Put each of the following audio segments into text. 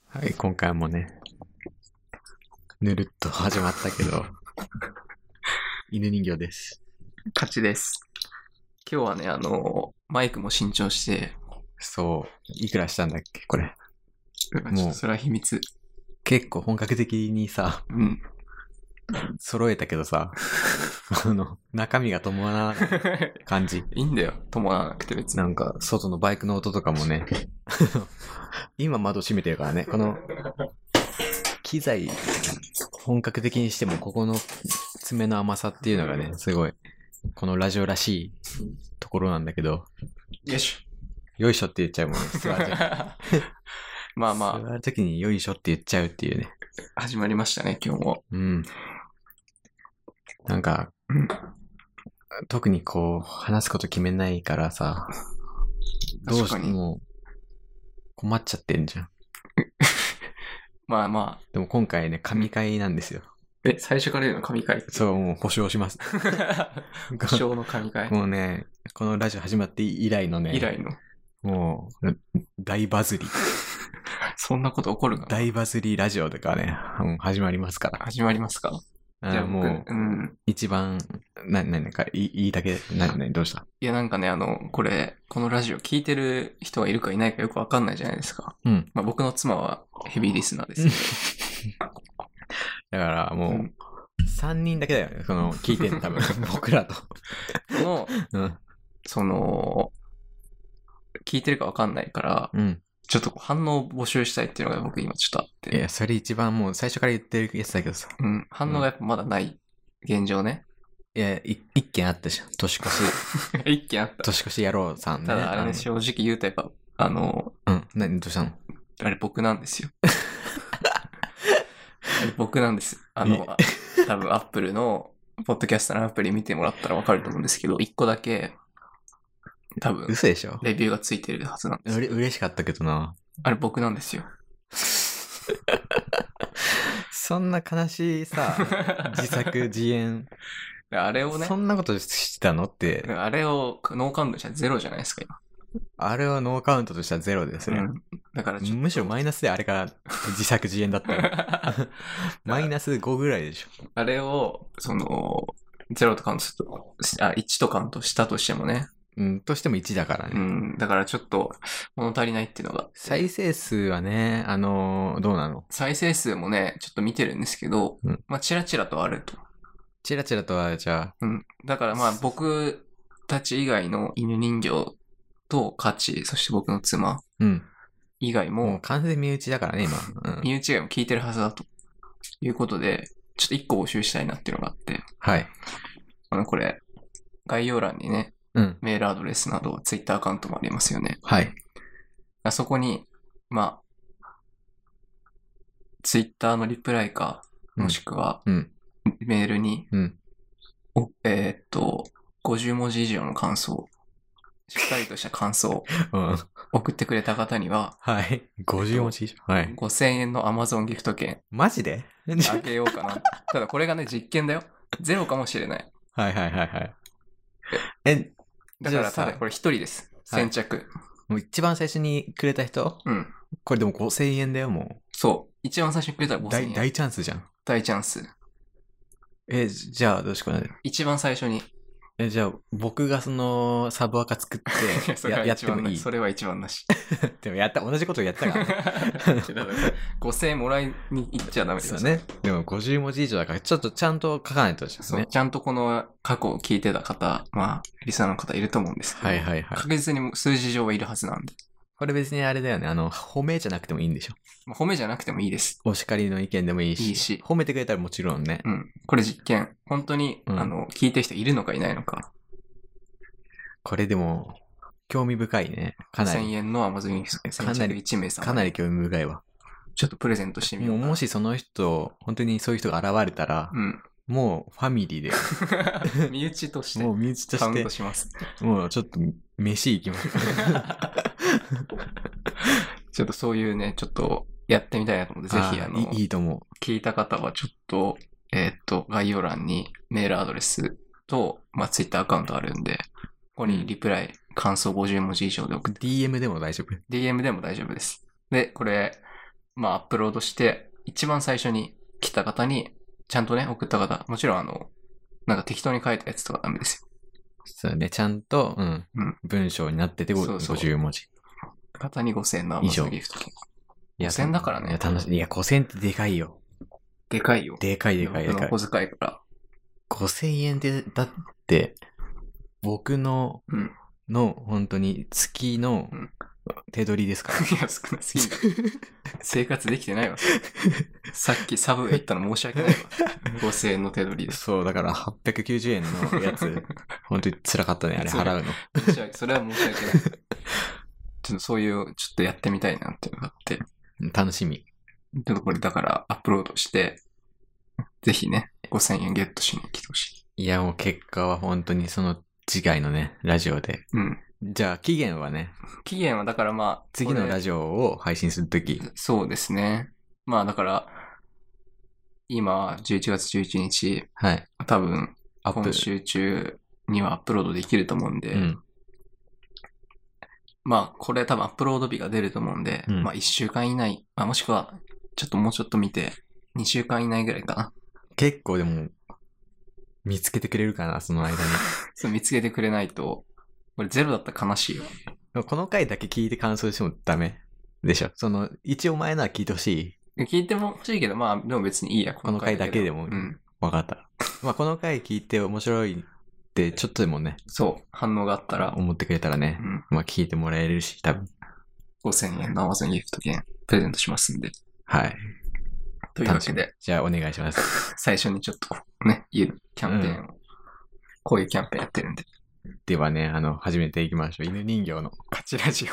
はい、今回もね、ぬるっと始まったけど、犬人形です。 勝ちです。今日はね、マイクも新調して、 そう、いくらしたんだっけ、これ。もうそれは秘密。 結構本格的にさ、 うん。 揃えたけどさ、中身が伴わない感じ。 いいんだよ、伴わなくて別に。 なんか、外のバイクの音とかもね、今窓閉めてるからね、この、機材、本格的にしても、ここの爪の甘さっていうのがね、すごい、このラジオらしいところなんだけど、 よいしよいしょって言っちゃうもんね、 ょ。 座るとき。 まあま座るときによいしょって言っちゃうっていうね。 あ、始まりましたね、今日も。 うん。なんか、特にこう、話すこと決めないからさ、どうしても困っちゃってんじゃん。 まあまでも今回ね、神回なんですよ。 あ。最初から言うの神回。 そう、もう保証します。 保証の神回。 もうね、このラジオ始まって以来のね、 以来の。 もう、大バズり。 そんなこと起こるかな。 大バズりラジオとかね、もう始まりますから。 始まりますか。じゃあもう、一番、なんか、言いだけ、どうした？ いやなんかね、このラジオ聞いてる人がいるかいないかよくわかんないじゃないですか。 うん。 まあ僕の妻はヘビーリスナーですけど。 だからもう、3人だけだよね、その、聞いてるの多分、僕らと。 聞いてるかわかんないから、ちょっと反応を募集したいっていうのが僕今ちょっとあって。 いや、それ一番もう最初から言ってるやつだけどさ。 反応がやっぱまだない現状ね。 いや、一件あったじゃん。年越し。 一件あった。 年越し野郎さんね。 ただあれね、正直言うとやっぱ、 どうしたの？ あれ僕なんですよ。あれ僕なんです。多分アップルの、ポッドキャストのアプリ見てもらったらわかると思うんですけど、一個だけ、多分、 嘘でしょ？ レビューがついてるはずなんです。 嬉しかったけどな。 あれ僕なんですよ。 そんな悲しいさ、自作自演。 あれをね。 そんなことしてたのって。 あれをノーカウントしたらゼロじゃないですか、今。 あれはノーカウントとしたらゼロですよ。 だからむしろマイナスであれから自作自演だったよ。マイナス5ぐらいでしょ。 あれを、ゼロとカウントすると、1とカウントしたとしてもね。 としても1だからね。 だからちょっと物足りないっていうのが。 再生数はね、どうなの？ 再生数もね、ちょっと見てるんですけど、まあ、チラチラとあると。 チラチラとは、じゃあ。 だからまあ、僕たち以外の犬人形とカチ、そして僕の妻以外も、 もう完全身内だからね、今。 身内以外も聞いてるはずだということで、ちょっと1個募集したいなっていうのがあって。 はい。 これ、概要欄にね、メールアドレスなど、ツイッターアカウントもありますよね。 はい。 そこに、まあ、ツイッターのリプライか、もしくは、メールに、50文字以上の感想、しっかりとした感想を送ってくれた方には、 はい。50文字以上。はい。 5000円の Amazon ギフト券。 マジで？ あげようかな。ただこれがね、実験だよ。ゼロかもしれない。 はいはいはいはい。 だからただこれ一人です。先着。 もう一番最初にくれた人？これでも5000円だよ、もう。 そう。一番最初にくれたら5000円。 大チャンスじゃん。 大チャンス。 じゃあどうしようかな。 一番最初に。 じゃあ僕がそのサブアカ作ってやってもいい？ それは一番なし。 でも同じことやったからね。 5000円もらいに行っちゃダメですよね。でも50文字以上だからちょっとちゃんと書かないとですね。 そう、ちゃんとこの過去を聞いてた方、まあ、リスナーの方いると思うんですけど、 はいはいはい。 確実に数字上はいるはずなんで。 これ別にあれだよね。褒めじゃなくてもいいんでしょ。 褒めじゃなくてもいいです。 お叱りの意見でもいいし。褒めてくれたらもちろんね。 これ実験。本当に、聞いてる人いるのかいないのか。 これでも、興味深いね。かなり。 1000円の Amazon ギフト券先着1名様。 かなり興味深いわ。 ちょっとプレゼントしてみよう。 もしその人、本当にそういう人が現れたら、もうファミリーで。 身内として。 もう身内として。 カウントします。 もうちょっと飯行きます。 ちょっとそういうね、ちょっとやってみたいなと思って、ぜひいいと思う。 聞いた方はちょっと、概要欄にメールアドレスと、まあ、ツイッターアカウントあるんで、ここにリプライ、感想50文字以上で送って。 DM でも大丈夫？ DM でも大丈夫です。で、これ、 まあアップロードして、一番最初に来た方に、ちゃんとね、送った方、もちろんなんか適当に書いたやつとかダメですよ。 そうね、ちゃんと、文章になっててそうそう 50文字。 方に5000円の Amazon ギフト券。5000だからね。 いや、5000ってでかいよ。 でかいよ。 でかい。 僕の小遣いから。 5000円で、だって、僕の、本当に月の手取りですから。 いや、少なすぎる。生活できてないわ。さっきサブウェイ行ったの申し訳ないわ。5000円の手取りです。 そう、だから890円のやつ、本当に辛かったね、あれ払うの。 それは申し訳ない。ちょっとそういう、ちょっとやってみたいなっていうのがあって。 楽しみ。 ちょっとこれだからアップロードして、ぜひね、5000円ゲットしに来てほしい。いや、もう結果は本当にその次回のね、ラジオで。じゃあ、期限はね。 期限はだからまあ。 次のラジオを配信するとき。 そうですね。まあだから、今、11月11日。 はい。 多分、今週中にはアップロードできると思うんで。まあ、これ多分アップロード日が出ると思うんで、まあ1週間以内、もしくは、ちょっともうちょっと見て、2週間以内ぐらいかな。 結構でも、見つけてくれるかな、その間に。 そう、見つけてくれないと、これゼロだったら悲しいよ。 この回だけ聞いて感想してもダメでしょ。一応前のは聞いてほしい。聞いても欲しいけど、まあ、でも別にいいや、 この回だけでも。わかった。まあ、この回聞いて面白いって、ちょっとでもね。 そう、反応があったら。 思ってくれたらね。まあ、聞いてもらえるし、多分。 5000円の Amazon ギフト券、プレゼントしますんで。 はい。 というわけで。 じゃあ、お願いします。 最初にちょっとね、言うキャンペーンを、こういうキャンペーンやってるんで。 ではね、始めていきましょう。犬人形の勝ちラジオ。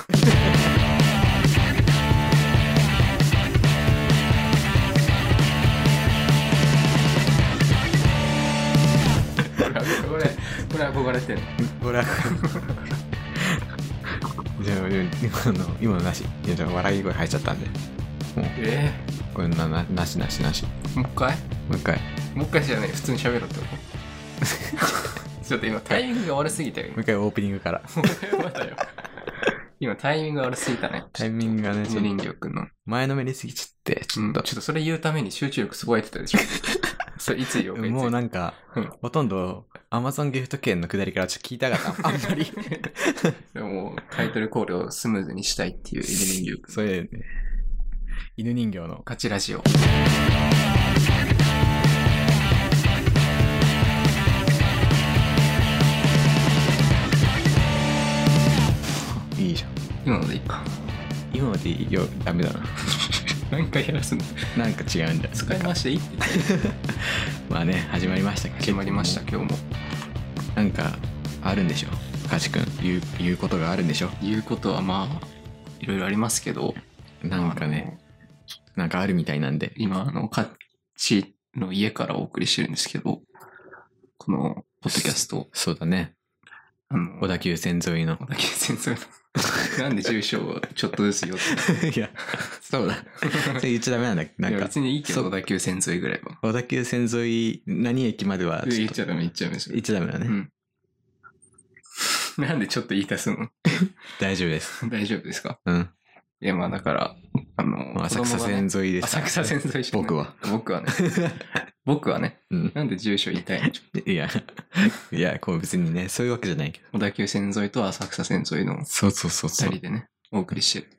これ憧れてるの。 これはじゃあ、今のなし。いや、笑い声入っちゃったんで。これなし。 もう一回もう一回じゃない、普通に喋ろうってことちょっと今タイミングが悪すぎたよ。 もう一回オープニングから。 今タイミングが悪すぎたね。 タイミングがね、 人形くんの。 前のめりすぎちゃって、 ちょっとそれ言うために集中力すごいやってたでしょ。それいつ言おうか。 もうなんか、ほとんど Amazon ギフト券の下りからちょっと聞いたかった。あんまり。 でもタイトルコールをスムーズにしたいっていう犬人形くん。 それね。犬人形の勝ちラジオ。 いいじゃん。 今のでいいか。 今のでいいよ。ダメだな。 何回やらすの？ なんか違うんだ。 使い回していいって言って。 まあね、始まりました。 始まりました、今日も。 なんか、あるんでしょカジ君。言うことがあるんでしょ。 言うことはまあ、いろいろありますけど。 なんかね、なんかあるみたいなんで。 今、カッチの家からお送りしてるんですけど、この、ポッドキャスト。 そうだね。小田急線沿いの。 小田急線沿いの。なんで住所をちょっとずつ言おうと。いや、そうだ。それ言っちゃダメなんだ。なんか。 別にいいけど、小田急線沿いぐらいは。 小田急線沿い、何駅までは言っちゃダメ。言っちゃダメだね。 なんでちょっと言い足すの？ 大丈夫です。 大丈夫ですか？いや、まあだから、 浅草線沿いです。 浅草線沿い僕はね。なんで住所言いたいの？ いや、こう別にね、そういうわけじゃないけど。 小田急線沿いと浅草線沿いの。 そう。 二人でね、お送りしてる。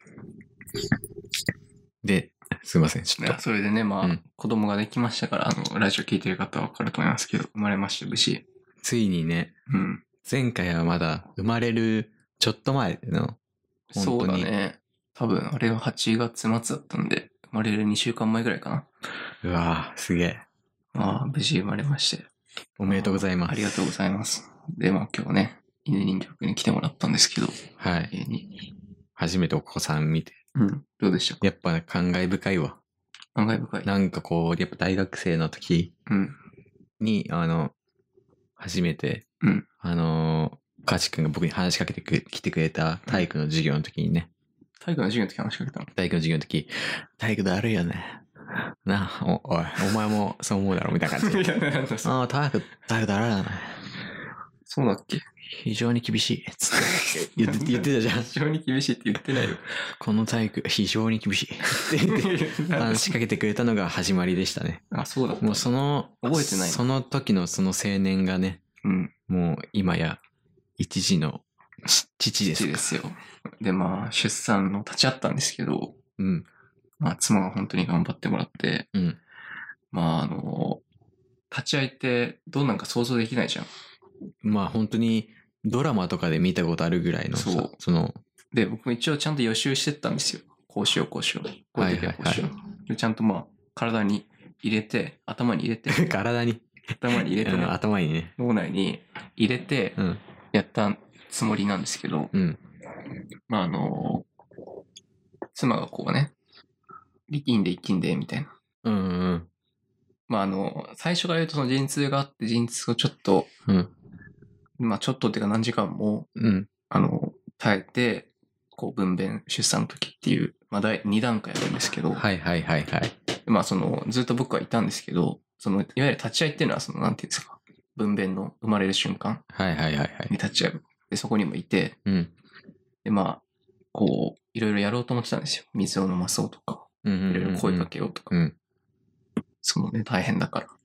で、すいません。 それでね、まあ、子供ができましたから、ラジオ聞いてる方はわかると思いますけど、生まれました、無事。 ついにね、前回はまだ生まれるちょっと前の、 そうだね。多分、あれが8月末だったんで、生まれる2週間前ぐらいかな。 うわぁ、すげえ。 無事生まれまして。 おめでとうございます。 ありがとうございます。で、まあ今日ね、犬人形くんに来てもらったんですけど。 はい。初めてお子さん見て。 どうでしたか？ やっぱ感慨深いわ。 感慨深い。 なんかこう、やっぱ大学生の時に、初めて、カチ君が僕に話しかけてきてくれた体育の授業の時にね。 体育の授業の時話しかけたの？ 体育の授業の時、体育だるいよね。なあ、おい、お前もそう思うだろみたいな感じで。体育だるいよね。 そうだっけ？ 非常に厳しい。つって言ってたじゃん。 非常に厳しいって言ってないよ。 この体育、非常に厳しい。って言って話しかけてくれたのが始まりでしたね。 あ、そうだった。 もう覚えてない。 その時のその青年がね、もう今や一児の父ですか。 父ですよ。で、まあ、出産の立ち会ったんですけど、まあ、妻が本当に頑張ってもらって、まあ、立ち会いってどうなんか想像できないじゃん。 まあ、本当にドラマとかで見たことあるぐらいのさ、 で、僕も一応ちゃんと予習してったんですよ。こうしよう、こうしよう。こういう時はこうしよう。で、ちゃんとまあ、体に入れて、頭に入れて。 体に頭に入れてね。 頭にね。 脳内に入れて、やったつもりなんですけど、まあ妻がこうね、力んで生きんで、みたいな。まあ最初から言うとその陣痛があって、陣痛をちょっと、まあちょっとっていうか何時間も、耐えて、こう分娩、出産の時っていう、まあ2段階あるんですけど、まあずっと僕はいたんですけど、いわゆる立ち会いっていうのはなんていうんですか、分娩の生まれる瞬間に立ち会う。で、そこにもいて、で、まあ、こう、いろいろやろうと思ってたんですよ。水を飲まそうとか、いろいろ声かけようとか。大変だから。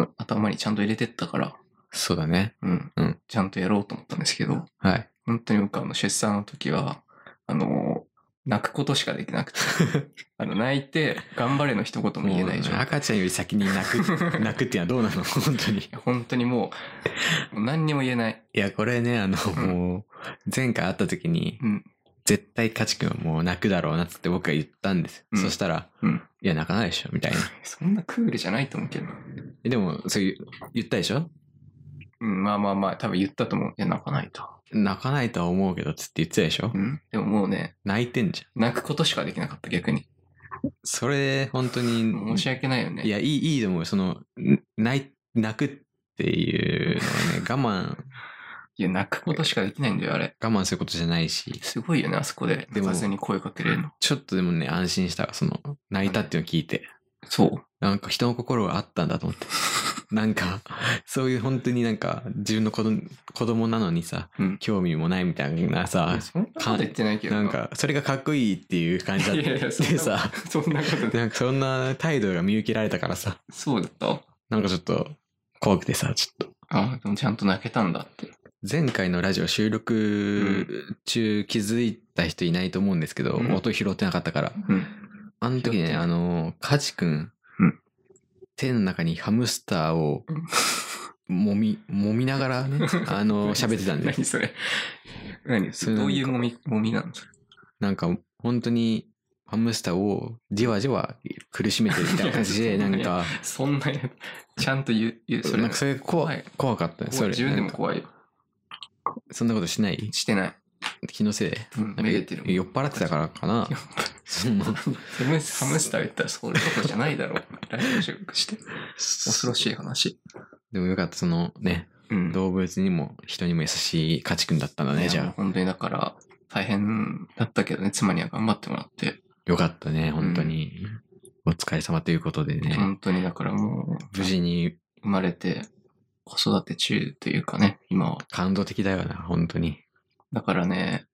頭にちゃんと入れてったから。 そうだね。 ちゃんとやろうと思ったんですけど、本当に僕出産の時は、泣くことしかできなくて。泣いて、頑張れの一言も言えないじゃん。 赤ちゃんより先に泣くっていうのはどうなの本当に。 本当にもう何にも言えない。 いや、これね、もう、前回会った時に、絶対カチ君はもう泣くだろうなって僕が言ったんです。そしたら、いや、泣かないでしょ、みたいな。 そんなクールじゃないと思うけど。 でも、そう言ったでしょ？ まあ、多分言ったと思う。いや、泣かないと。 泣かないとは思うけど、つって言ってたでしょ？ でももうね。 泣いてんじゃん。泣くことしかできなかった、逆に。 それ、本当に。 申し訳ないよね。 いや、いいと思う。泣くっていうのはね、我慢。 いや、泣くことしかできないんだよ、あれ。 我慢することじゃないし。 すごいよね、あそこで。泣かずに声かけれるの。 ちょっとでもね、安心した。泣いたっていうのを聞いて。 そう。 なんか人の心があったんだと思って。なんか、そういう本当になんか、自分の子供なのにさ、興味もないみたいなさ、 そんなこと言ってないけどなんか、それがかっこいいっていう感じだってさ、 そんなことなんかそんな態度が見受けられたからさ。 そうだった？ なんかちょっと、怖くてさ、ちょっと。 あ、でもちゃんと泣けたんだって。 前回のラジオ収録中気づいた人いないと思うんですけど、音拾ってなかったから。あの時ね、カチ君、手の中にハムスターを揉みながらね、喋ってたんで。 何それ？どういう揉みなの？ なんか、本当に、ハムスターをじわじわ苦しめてるみたいな感じで、なんか。 そんな、ちゃんと言う、 それ。なんかそれ怖かったね。それ。 自分でも怖いよ。 そんなことしない？ してない。 気のせいで。 めげてる。 酔っ払ってたからかな。 ハムスター言ったらそういうことじゃないだろう。ラジオ収録して。恐ろしい話。 でもよかった、動物にも人にも優しいカチ君だったんだね、じゃあ。 本当にだから、大変だったけどね、妻には頑張ってもらって。 よかったね、本当に。お疲れ様ということでね。 本当にだからもう、 無事に生まれて、子育て中というかね、今は。 感動的だよな、本当に。 だからね、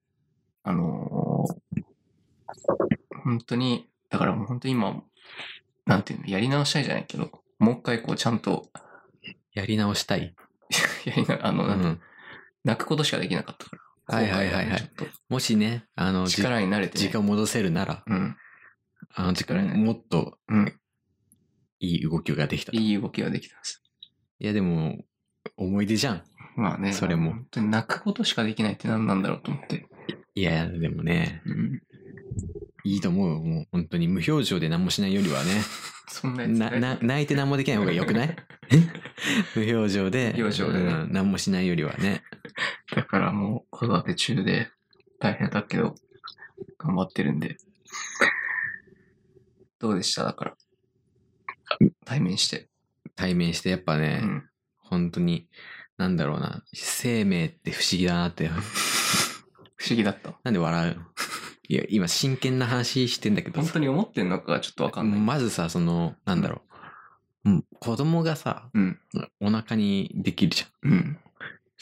本当に、だからもう本当に今、なんていうの、やり直したいじゃないけど、もう一回こうちゃんと。 やり直したい？ 泣くことしかできなかったから。 はい。もしね、 力になれて、 時間を戻せるなら、力にもっと、いい動きができた。 いい動きができたんです。 いやでも、思い出じゃん。 まあね。 それも。 本当に泣くことしかできないって何なんだろうと思って。 いや、でもね、いいと思うよ。もう本当に無表情で何もしないよりはね。 そんなやつ泣いて何もできない方が良くない？無表情で、何もしないよりはね。 だからもう子育て中で大変だけど、頑張ってるんで。どうでした？だから。対面して。 やっぱね、本当に、なんだろうな、生命って不思議だなって。 不思議だった。 なんで笑うの？いや、今真剣な話してんだけど。 本当に思ってんのかちょっとわかんない。 まずさ、なんだろう。子供がさ、お腹にできるじゃん。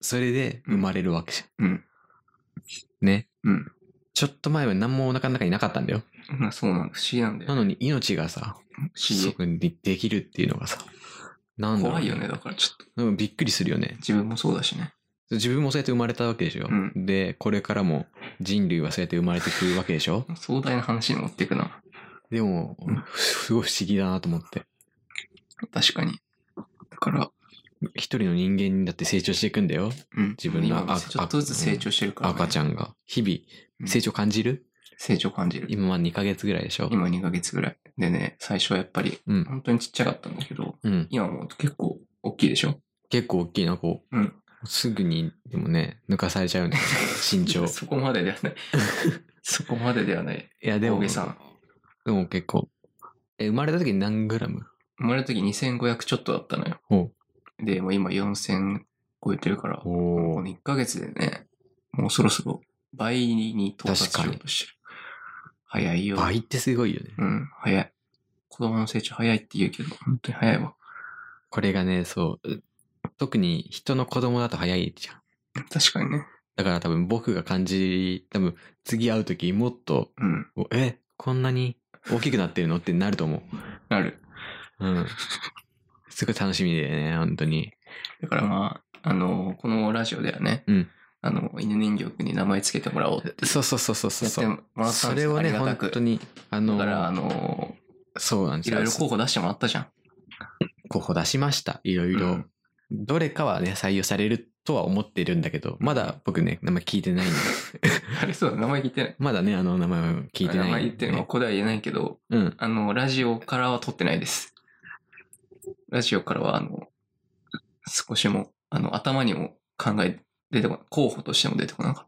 それで生まれるわけじゃん。 うん。 ね。 うん。 ちょっと前は何もお腹の中になかったんだよ。 まあそうなんだ。不思議なんだよ。 なのに命がさ、そこにできるっていうのがさ、なんだろう、 怖いよね、だからちょっと。 びっくりするよね。 自分もそうだしね。 自分もそうやって生まれたわけでしょ。うん、で、これからも人類はそうやって生まれてくるわけでしょ。 壮大な話に持っていくな。 でも、すごい不思議だなと思って。 確かに。だから、 一人の人間にだって成長していくんだよ。 うん。 自分のちょっとずつ成長してるから、 ね、赤ちゃんが。日々、成長感じる、 成長感じる。 今は2ヶ月ぐらいでしょ。 今2ヶ月ぐらい。でね、最初はやっぱり、本当にちっちゃかったんだけど、今もう結構大きいでしょ。 結構大きいな、こう。すぐに、でもね、抜かされちゃうね。身長。 そこまでではない。そこまでではない。 いや、でも、 大げさ。 でも結構。生まれた時に何グラム？ 生まれた時2500ちょっとだったのよ。で、もう今4000超えてるから、この1ヶ月でね、もうそろそろ倍に到達しようとしてる。早いよ。 倍ってすごいよね。 うん、早い。子供の成長早いって言うけど、本当に早いわ。 これがね、そう。特に人の子供だと早いじゃん。 確かにね。 だから多分僕が多分次会う時もっと、こんなに大きくなってるのってなると思う。 なる。 うん。すごい楽しみだよね、本当に。 だからまあ、このラジオではね、犬人形くんに名前つけてもらおうって。 そう。それをね、本当に、だからそうなんですよ。 いろいろ候補出してもらったじゃん。 候補出しました。いろいろ。どれかはね、採用されるとは思ってるんだけど、まだ僕ね、名前聞いてないんで。 あれそうだ、名前聞いてない。 まだね、名前は聞いてない。 名前言ってるのはここでは言えないけど、ラジオからは取ってないです。ラジオからは、少しも、頭にも出てこない。候補としても出てこなかった。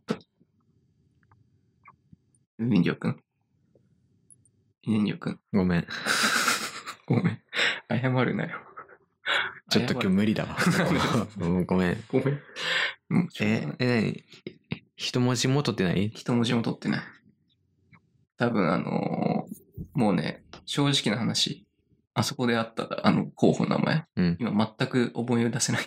人形くん。人形くん。 ごめん。 ごめん。謝るなよ。 ちょっと今日無理だわ。ごめん。 ごめん。 何？一文字も取ってない？ 一文字も取ってない。多分もうね、正直な話、あそこであった候補の名前、今全く思い出せない。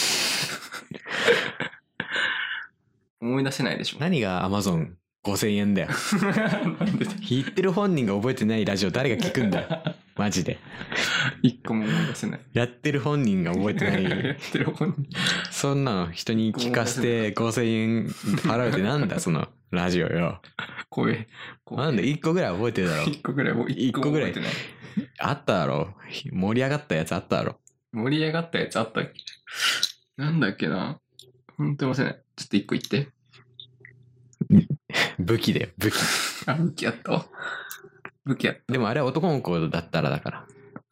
思い出せないでしょ。 何が Amazon 5000円だよ。言ってる本人が覚えてないラジオ誰が聞くんだよ。マジで。 一個も思い出せない。 やってる本人が覚えてない。 やってる本人。 そんなの人に聞かせて5000円払うってなんだそのラジオよ。 怖い。 なんで1個ぐらい覚えてるだろ。 1個ぐらいもう1個ぐらい。 あっただろ。盛り上がったやつあっただろ。 盛り上がったやつあったっけ？なんだっけな。ほんと忘れない。ちょっと1個言って。 武器だよ、武器。 武器やったわ。武器やった。 でもあれは男の子だったらだから。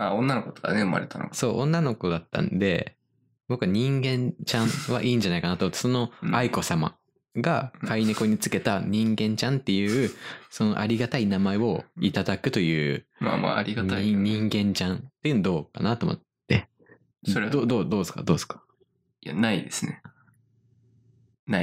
女の子とかね、生まれたの。 そう、女の子だったんで、僕は人間ちゃんはいいんじゃないかなと思って、その愛子様が飼い猫につけた人間ちゃんっていう、そのありがたい名前をいただくという。 まあまあありがたい。 人間ちゃんっていうのどうかなと思って。それどうですか？どうですか？ いや、ないですね。ない。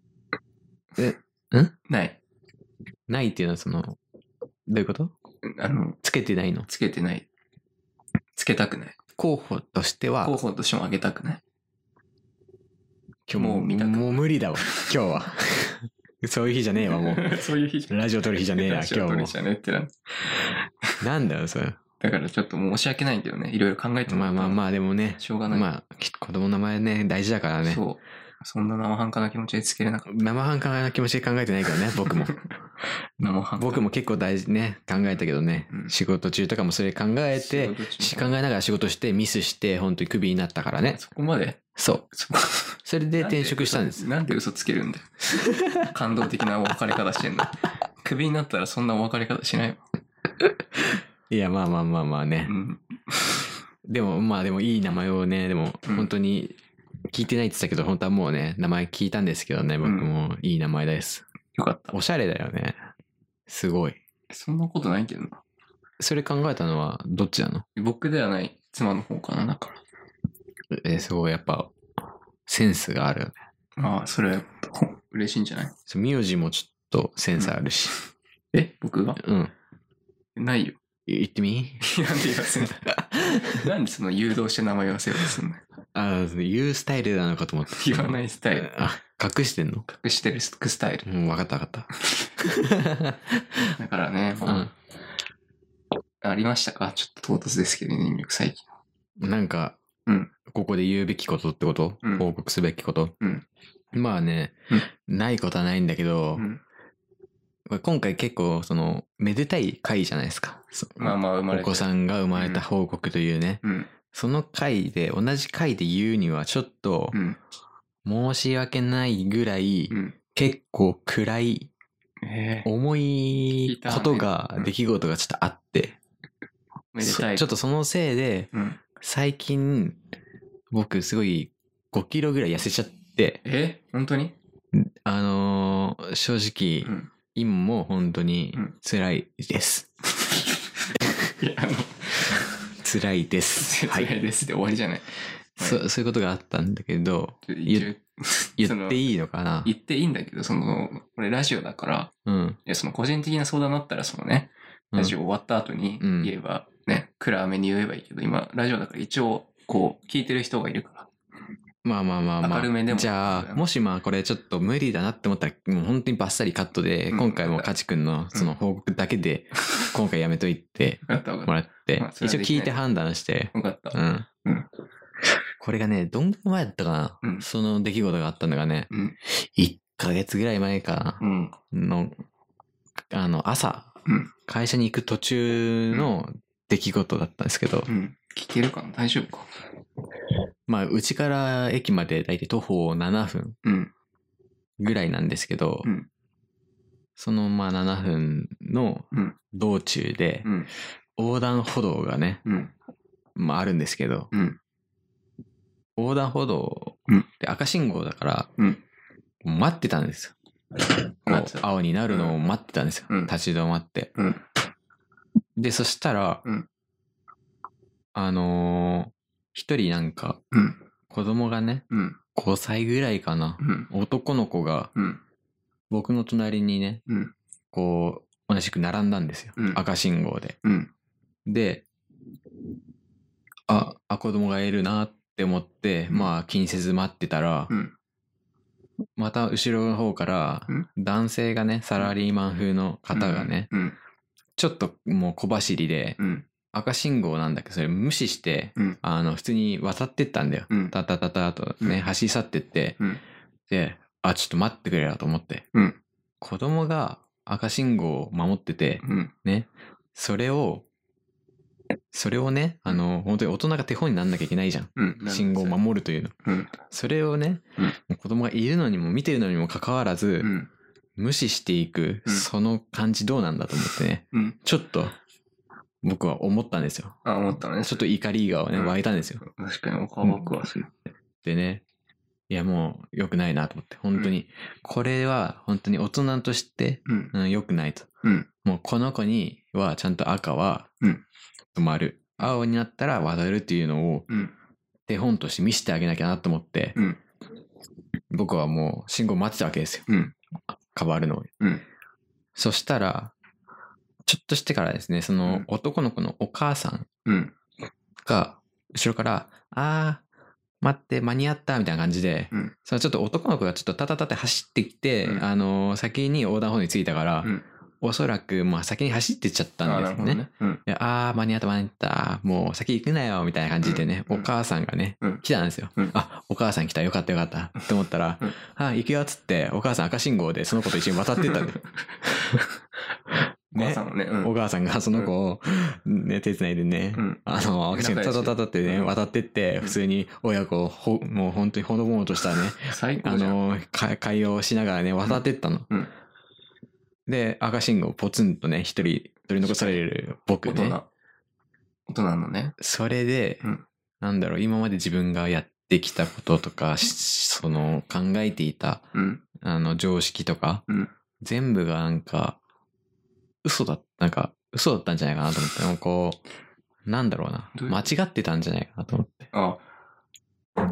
ない。 ないっていうのはどういうこと？つけてないの？ つけてない。つけたくない。 候補としては？ 候補としてもあげたくない。 今日もう見たくない。もう無理だわ、今日は。そういう日じゃねえわ、もう。 そういう日じゃねえ。 ラジオ撮る日じゃねえな、今日も。ラジオ撮る日じゃねえってなんだよ、それ。 だからちょっと申し訳ないけどね、いろいろ考えてもらった。 まあでもね。 しょうがない。 まあ、子供の名前ね、大事だからね。 そう。そんな生半可な気持ちでつけれなかった。 生半可な気持ちで考えてないからね、僕も。僕も結構大事ね、考えたけどね、仕事中とかもそれ考えながら仕事してミスして本当にクビになったからね。 そこまで？ そう。それで転職したんです。 なんで嘘つけるんだよ。感動的なお別れ方してんの。クビになったらそんなお別れ方しないわ。 いや、まあね。でもいい名前をね、でも本当に、聞いてないって言ったけど、本当はもうね、名前聞いたんですけどね、僕もいい名前です。 よかった。 おしゃれだよね。すごい。 そんなことないけどな。 それ考えたのはどっちなの？ 僕ではない、妻の方かな、だから。 すごい、やっぱ、センスがあるよね。 ああ、それは嬉しいんじゃない？ 名字もちょっとセンスあるし。 僕が？ないよ。 言ってみなんで言わせんのなんでその誘導して名前言わせようとすんの言うスタイルなのかと思って。 言わないスタイル。 隠してんの？ 隠してるスタイル。 わかったわかった。 だからね、ありましたか？ちょっと唐突ですけどね、入力最近。 なんか、ここで言うべきことってこと？報告すべきこと？まあね、ないことはないんだけど、今回結構めでたい回じゃないですか。 まあまあ生まれお子さんが生まれた報告というね。その回で、同じ回で言うにはちょっと、申し訳ないぐらい、結構暗い、重いことが、出来事がちょっとあって、ちょっとそのせいで、最近、僕すごい5キロぐらい痩せちゃって。 本当に？ 正直、今も本当に辛いです。辛いです。 辛いですで終わりじゃない。 そういうことがあったんだけど、言っていいのかな？ 言っていいんだけど、これラジオだから、個人的な相談だったらラジオ終わった後に言えばね、暗めに言えばいいけど、今ラジオだから一応聞いてる人がいるから。 まあ。 明るめでも。 じゃあ、もしこれちょっと無理だなって思ったら、もう本当にバッサリカットで、今回もカチ君のその報告だけで、今回やめといてもらって、一応聞いて判断して。 分かった。 これがね、どんぐらい前だったかな、その出来事があったのがね、1ヶ月ぐらい前かな、朝、会社に行く途中の出来事だったんですけど、 聞けるかな？大丈夫か？ まあ、うちから駅までだいたい徒歩7分ぐらいなんですけど、その7分の道中で、横断歩道がね、あるんですけど、横断歩道って赤信号だから、待ってたんですよ。青になるのを待ってたんですよ。立ち止まって。で、そしたら、一人なんか、子供がね、5歳ぐらいかな、男の子が、僕の隣にね、同じく並んだんですよ。赤信号で。で、子供がいるなって思って、気にせず待ってたら、また後ろの方から、男性がね、サラリーマン風の方がね、ちょっともう小走りで、赤信号なんだけど、それ無視して、普通に渡ってったんだよ。タタタタとね、走り去ってって、で、ちょっと待ってくれよと思って。子供が赤信号を守ってて、ね、それをね、本当に大人が手本になんなきゃいけないじゃん。信号を守るというの。それをね、子供がいるのにも見てるのにもかかわらず、無視していく、その感じどうなんだと思ってね、ちょっと、僕は思ったんですよ。 思ったね。 ちょっと怒りがね、湧いたんですよ。 確かに、お顔は詳しい。 でね、いやもう良くないなと思って、本当に、これは本当に大人として、良くないと。もうこの子にはちゃんと赤は止まる。青になったら渡るっていうのを手本として見せてあげなきゃなと思って、僕はもう信号待ってたわけですよ。変わるのを。そしたら、ちょっとしてからですね、その男の子のお母さんが、後ろから、待って、間に合った、みたいな感じで、そのちょっと男の子がちょっとタタタって走ってきて、先に横断歩道に着いたから、おそらく、先に走ってっちゃったんですよね。間に合った、もう先行くなよ、みたいな感じでね、お母さんがね、来たんですよ。お母さん来た、よかったよかった、って思ったら、行くよ、つって、お母さん赤信号でその子と一緒に渡ってったんだよ。 ね、 お母さんがその子を、ね、手繋いでね、赤信号タタタタってね、渡ってって、普通に親子をもう本当にほのぼのとしたね、会話をしながらね、渡ってったの。で、赤信号ポツンとね、一人取り残される僕ね。 大人のね。 それで、今まで自分がやってきたこととか、考えていた、常識とか、全部が嘘だったんじゃないかなと思って、間違ってたんじゃないかなと思って。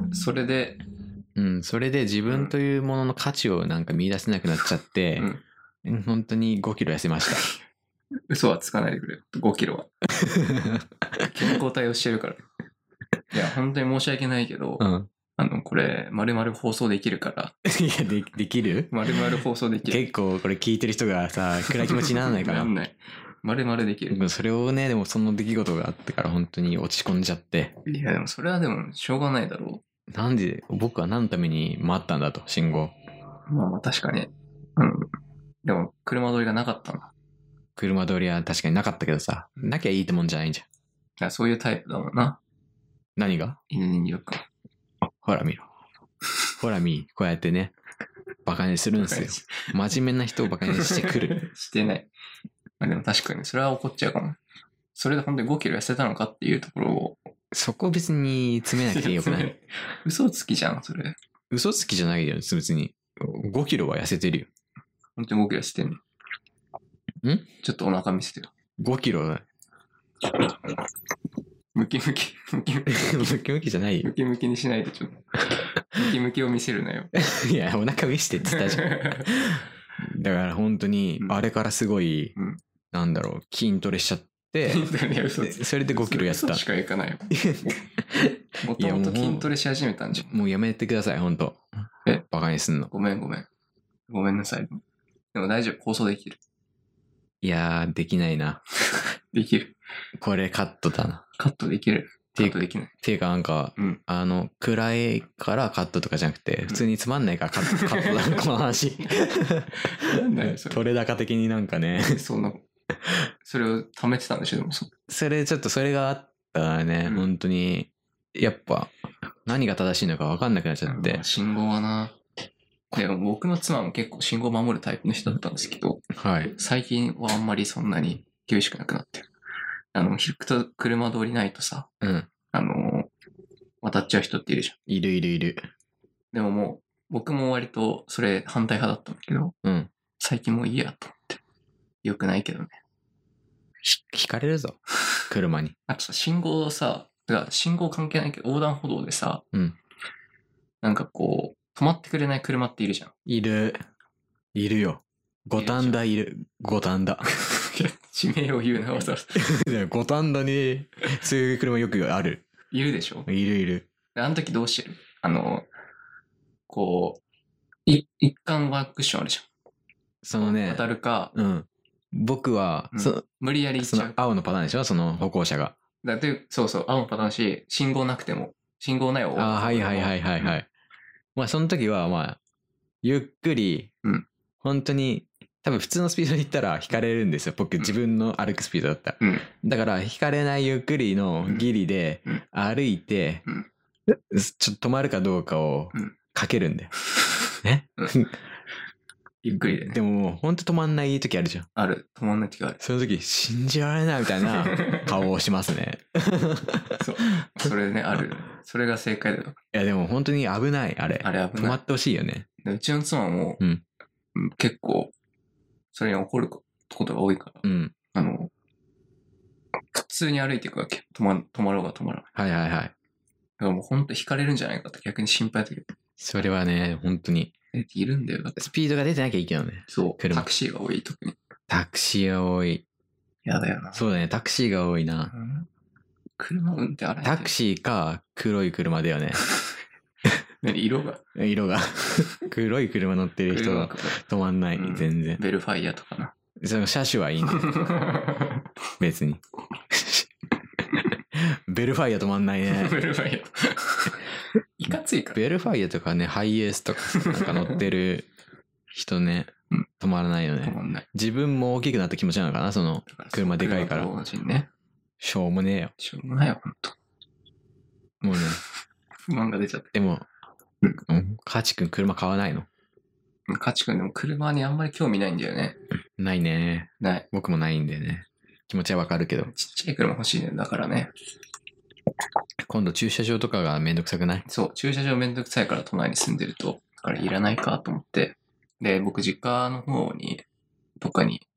それで、 それで自分というものの価値を見出せなくなっちゃって、本当に5キロ痩せました。 嘘はつかないでくれよ。5キロは。健康体をしてるから。いや、本当に申し訳ないけど、これ、丸々放送できるから。 いや、できる？ 丸々放送できる。 結構これ聞いてる人がさ、暗い気持ちにならないかな。 なんない。丸々できる。 それをね、でもその出来事があってから本当に落ち込んじゃって。 いや、でもそれはでもしょうがないだろう。なんで、僕は何のために待ったんだと、信号。 まあ確かに。でも、車通りがなかったんだ。 車通りは確かになかったけどさ、なきゃいいってもんじゃないんじゃん。いや、そういうタイプだもんな。 何が？ 犬人形か。 ほら見ろ。ほら見、こうやってね、バカにするんですよ。真面目な人をバカにしてくる。 してない。まあでも確かに、それは怒っちゃうかも。それで本当に5キロ痩せたのかっていうところを。 そこ別に詰めなくてよくない？ 嘘つきじゃん、それ。 嘘つきじゃないよ、別に。5キロは痩せてるよ。 本当に5キロ痩せてんの？ちょっとお腹見せてよ。 5キロだ。 ムキムキ。 ムキムキじゃないよ。 ムキムキにしないでちょっと。ムキムキを見せるなよ。 いや、お腹見せてって言ったじゃん。だから本当に、あれからすごい、なんだろう、筋トレしちゃって、それで5キロ痩せた。 嘘しかいかないよ。もともと筋トレし始めたんじゃん。 もうやめてください、本当。バカにすんの。 ごめんなさい。でも大丈夫、放送できる。 いやー、できないな。 できる。これカットだな。 カットできる。カットできない。 っていうかなんか、暗いからカットとかじゃなくて、普通につまんないからカットだ、この話。なんだよ、それ。取れ高的になんかね。 それを貯めてたんでしょ、でもそれがあったらね、本当に、やっぱ、何が正しいのか分かんなくなっちゃって。 信号はな。でも僕の妻も結構信号を守るタイプの人だったんですけど、 はい。 最近はあんまりそんなに厳しくなくなってる。引くと車通りないとさ、渡っちゃう人っているじゃん。 いる。 でももう、僕も割とそれ反対派だったんだけど、最近もういいやと思って。よくないけどね。 引かれるぞ。車に。 あとさ、信号関係ないけど、横断歩道でさ、なんかこう、止まってくれない車っているじゃん。 いるよ。五反田いる。五反田。 地名を言うな、わざわざ。五反田に、そういう車よくある。 いるでしょ？ いる。 あの時どうしてる？こう、一貫ワークションあるじゃん。 そのね。 渡るか。 僕は、 無理やり行っちゃう。 青のパターンでしょ？その歩行者が。 そう、青のパターンし、信号なくても、信号ないよ。 はい。まあ、その時は、まあ、ゆっくり、本当に、多分普通のスピードで行ったら引かれるんですよ。僕、自分の歩くスピードだったら。だから、引かれないゆっくりのギリで、歩いて、ちょっと止まるかどうかをかけるんだよ。ね？ ゆっくりでね。 でも、本当止まんない時あるじゃん。 ある。止まんない時ある。 その時、信じられないみたいな顔をしますね。 そう。それね、ある。それが正解だよ。 いや、でも本当に危ない、あれ。 あれ危ない。 止まってほしいよね。 うちの妻も、結構、それに怒ることが多いから、普通に歩いていくわけ。止まろうが止まらない。 はい。 だからもう本当引かれるんじゃないかって逆に心配だけど。 それはね、本当に。 いるんだよ。だってスピードが出てなきゃいいけどね。 そう。タクシーが多い、特に。 タクシーが多い。 やだよな。 そうだね、タクシーが多いな。 車運転荒い。 タクシーか黒い車だよね。 色が黒い車乗ってる人は止まんない、全然。 ベルファイアとかな。 その車種はいいんだよ。別に。ベルファイア止まんないね。 ベルファイア。いかついから。 ベルファイアとかね、ハイエースとかなんか乗ってる人ね、止まらないよね。 止まんない。 自分も大きくなった気持ちなのかな、その車でかいから。しょうもねえよ。 しょうもないよ、ほんと。 もうね。 不満が出ちゃった。 でも、カチ君車買わないの？ カチ君でも車にあんまり興味ないんだよね。 ないね。 ない。 僕もないんだよね。気持ちはわかるけど。 ちっちゃい車欲しいね。だからね。 今度駐車場とかがめんどくさくない？ そう、駐車場めんどくさいから都内に住んでると、だからいらないかと思って。で、僕実家の方に、どっかに、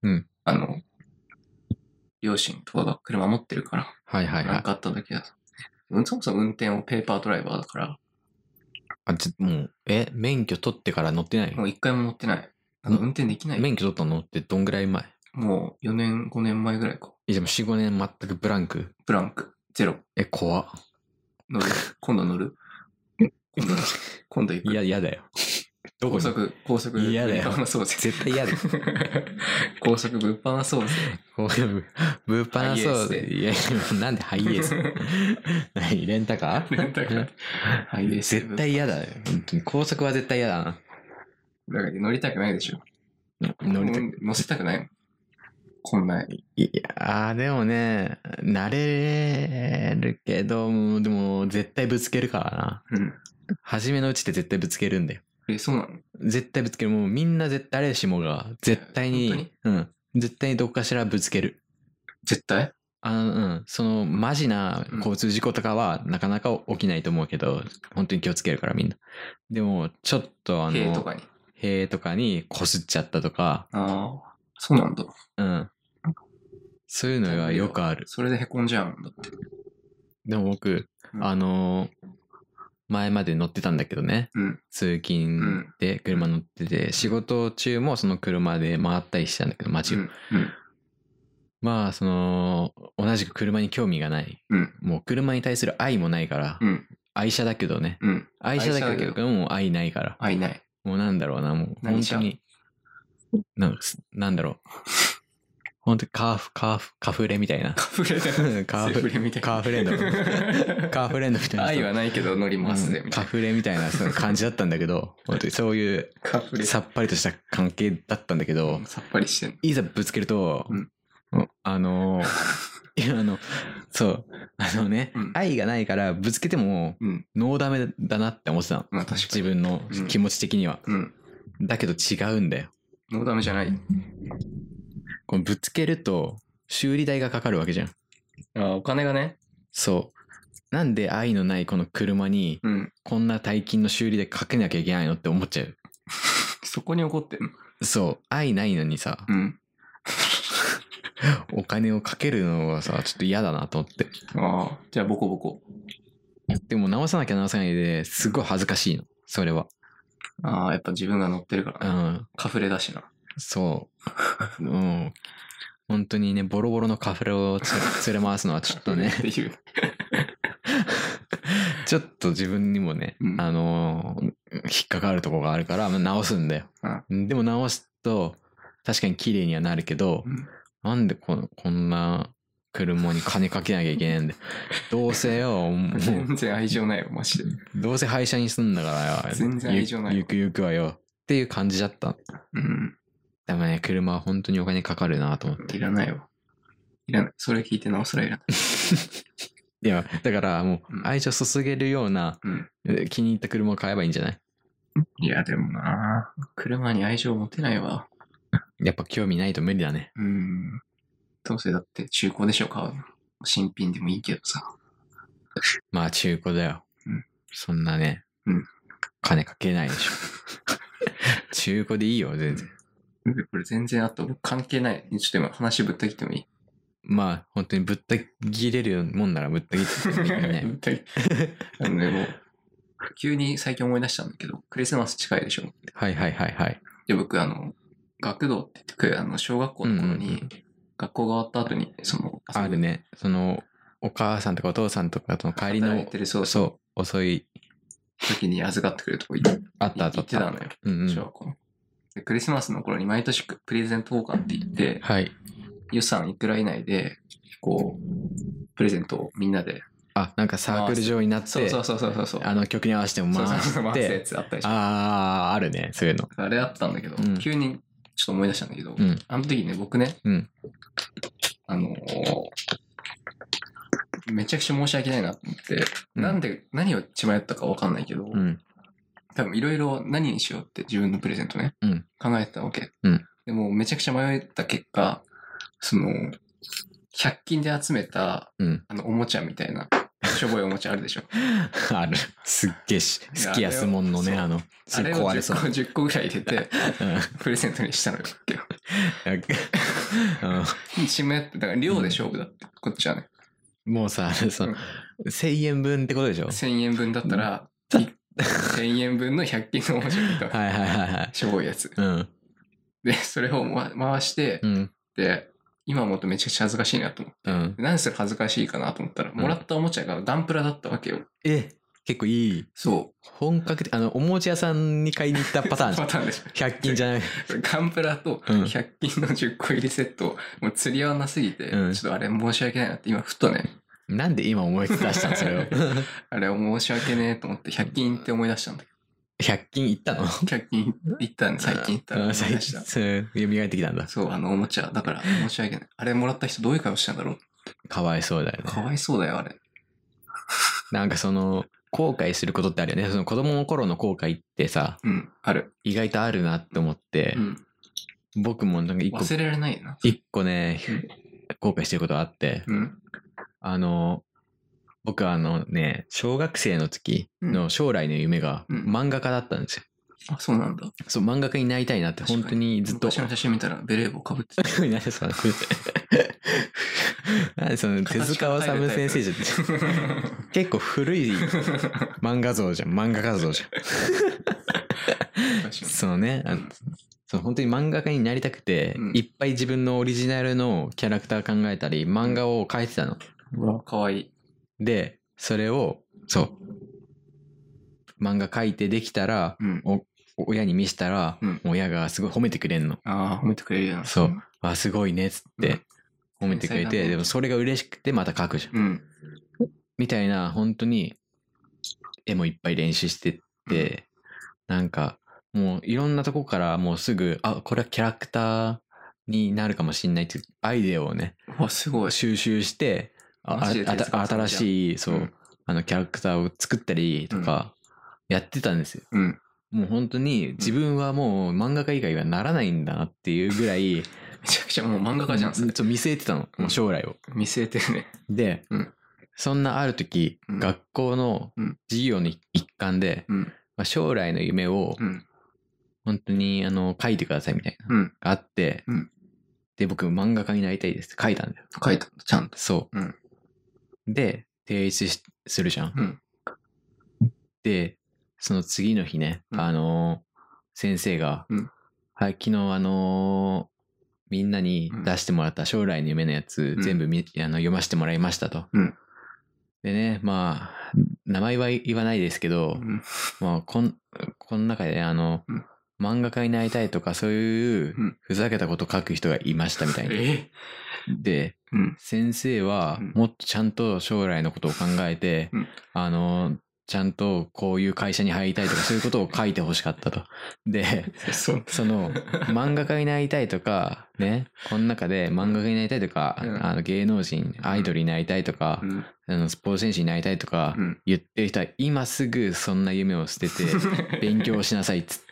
両親とかが車持ってるから。 はい。 なんかあった時は、そもそも運転をペーパードライバーだから。 もう、免許取ってから乗ってない？ もう一回も乗ってない。運転できない。 免許取ったのってどんぐらい前？ もう4年、5年前ぐらいか。 でも4、5年全くブランク。 ブランク、ゼロ。 怖っ。 乗る今度乗る今度行く。 いや、嫌だよ。 高速嫌だよ。 物販そうぜ。 絶対嫌だよ。 高速物販そうぜ。 物販そうぜ。いや、なんでハイエース何レンタカーレンタカー。ハイエース。 絶対嫌だよ。本当に高速は絶対嫌だな。 だから乗りたくないでしょ。乗せたくないもん。こんな。 いやでもね、慣れるけど、でも絶対ぶつけるからな。うん。初めのうちって絶対ぶつけるんだよ。 そうなの？ 絶対ぶつける。もうみんな絶対誰しもが絶対に、絶対にどこかしらぶつける。 絶対？ そのマジな交通事故とかはなかなか起きないと思うけど、本当に気をつけるからみんな。でもちょっと塀とかに擦っちゃったとか。 ああ、そうなんだ。 うん。そういうのはよくある。 それで凹んじゃうんだって。 でも僕、前まで乗ってたんだけどね。通勤で車乗ってて、仕事中もその車で回ったりしたんだけど、街を。まあ、同じく車に興味がない。もう車に対する愛もないから、愛車だけどね。愛車だけど、もう愛ないから。 愛ない。 もうなんだろうな、もう本当に、なんだろう。本当にカフレみたいな。 カフレみたいな。 カーフレンドみたいな。 愛はないけど乗りますね、 みたいな。カフレみたいな感じだったんだけど、本当にそういうさっぱりとした関係だったんだけど、 さっぱりしてんの。 いざぶつけると、そう愛がないからぶつけてもノーダメだなって思ってたの。自分の気持ち的には。だけど違うんだよ。 ノーダメじゃない。 このぶつけると修理代がかかるわけじゃん。 お金がね。 そう。なんで愛のないこの車にこんな大金の修理代かけなきゃいけないのって思っちゃう。 そこに怒ってんの？ そう。愛ないのにさ。お金をかけるのはさ、ちょっと嫌だなと思って。 じゃあボコボコ。 でも直さなきゃ直さないですごい恥ずかしいの。それは。 やっぱ自分が乗ってるから。カフレだしな。 そう。本当にね、ボロボロのカフレを連れ回すのはちょっとね。ちょっと自分にもね、引っかかるとこがあるから直すんだよ。でも直すと、確かに綺麗にはなるけど、なんでこんな車に金かけなきゃいけないんだよ。どうせよ、もう。 全然愛情ないよ、マジで。 どうせ廃車にすんだからよ。 全然愛情ない。 ゆくゆくはよ。っていう感じだった。でもね、車は本当にお金かかるなと思って。 いらないよ。いらない。それ聞いて直すらいらない。 いや、だからもう愛情注げるような、気に入った車を買えばいいんじゃない？ いや、でもな、車に愛情持てないわ。 やっぱ興味ないと無理だね。 どうせだって中古でしょ、買うの。新品でもいいけどさ。 まあ中古だよ。そんなね、金かけないでしょ。中古でいいよ、全然。 これ全然僕関係ない。ちょっと今話ぶった切ってもいい？ まあ本当にぶった切れるもんならぶった切ってもいいね。 ぶった切もう急に最近思い出したんだけど、クリスマス近いでしょ。 はい。 で、僕学童って言って小学校の頃に、学校が終わった後にあるね。お母さんとかお父さんとかとの帰りの遅い時に預かってくれるとこあった。 行ってたのよ。小学校の。で、クリスマスの頃に毎年プレゼント交換って言って、予算いくら以内でプレゼントをみんなで。 なんかサークル状になって、そう。曲に合わせても回して。 回すやつあったりして。 あるね、そういうの。 あれあったんだけど、急にちょっと思い出したんだけど、あの時ね、僕ね、めちゃくちゃ申し訳ないなと思って、何を血迷ったか分かんないけど、多分いろいろ何にしようって自分のプレゼントね、考えてたわけ。でもめちゃくちゃ迷った結果、100均で集めた、おもちゃみたいな、しょぼいおもちゃあるでしょ。 ある。すっげえ好きやすもんのね、 あれを10個ぐらい入れて、プレゼントにしたのよ。血迷って、だから量で勝負だって、こっちはね。 もうさ、1000円分ってことでしょ？ 1000 円分だったら、1000円分の100均のおもちゃみたいな。しょぼいやつ。で、それを回して、 で、今思うとめちゃくちゃ恥ずかしいなと思って。うん。何する恥ずかしいかなと思ったら、もらったおもちゃがガンプラだったわけよ。 結構いい。 そう。 本格的、おもちゃ屋さんに買いに行ったパターン。 パターンでしょ。 100均じゃない。 ガンプラと100均の10個入りセット、もう釣り合わなすぎて、ちょっとあれ申し訳ないなって今ふとね。 なんで今思い出したんそれを。 あれ申し訳ねえと思って100均って思い出したんだけど。100均行ったの ?100 均行ったんで、最近行ったら思い出した。 蘇ってきたんだ。 そう、おもちゃ。だから申し訳ない。あれもらった人どういう顔したんだろう。 かわいそうだよね。 かわいそうだよ、あれ。 なんか後悔することってあるよね。その子供の頃の後悔ってさ、 ある。 意外とあるなって思って、僕もなんか忘れられないな。 一個ね、後悔してることがあって、僕は小学生の時の将来の夢が漫画家だったんですよ。 あ、そうなんだ。 そう、漫画家になりたいなって本当にずっと。 昔の写真見たらベレー帽かぶってた。 何でその手塚治虫先生じゃ結構古い漫画像じゃん。漫画家像じゃん。そうね。本当に漫画家になりたくて、いっぱい自分のオリジナルのキャラクター考えたり、漫画を描いてたの。 うわ、かわいい。 で、それを、漫画描いてできたら、親に見せたら、親がすごい褒めてくれんの。 ああ、褒めてくれるよ。 そう。あ、すごいね、つって、褒めてくれて、でもそれが嬉しくてまた描くじゃん。みたいな、本当に、絵もいっぱい練習してって、なんか、もういろんなとこからもうすぐ、これはキャラクターになるかもしんないっていうアイデアをね、 すごい収集して、新しい、キャラクターを作ったりとか、やってたんですよ。もう本当に自分はもう漫画家以外はならないんだなっていうぐらい、 めちゃくちゃもう漫画家じゃん。 見据えてたの、もう将来を。 見据えてるね。 で、そんなある時、学校の授業の一環で、将来の夢を、本当に書いてくださいみたいな、があって、で、僕漫画家になりたいですって書いたんだよ。 書いたんだ、ちゃんと。 そう。で、提出するじゃん。で、その次の日ね、先生が、はい、昨日みんなに出してもらった将来の夢のやつ、全部読ませてもらいましたと。でね、まあ、名前は言わないですけど、まあ、この中で漫画家になりたいとかそういうふざけたこと書く人がいましたみたいな。で、先生はもっとちゃんと将来のことを考えて、ちゃんとこういう会社に入りたいとかそういうことを書いてほしかったと。で、その漫画家になりたいとか、ね、この中で漫画家になりたいとか、芸能人、アイドルになりたいとか、スポーツ選手になりたいとか言ってる人は今すぐそんな夢を捨てて勉強しなさいっつって、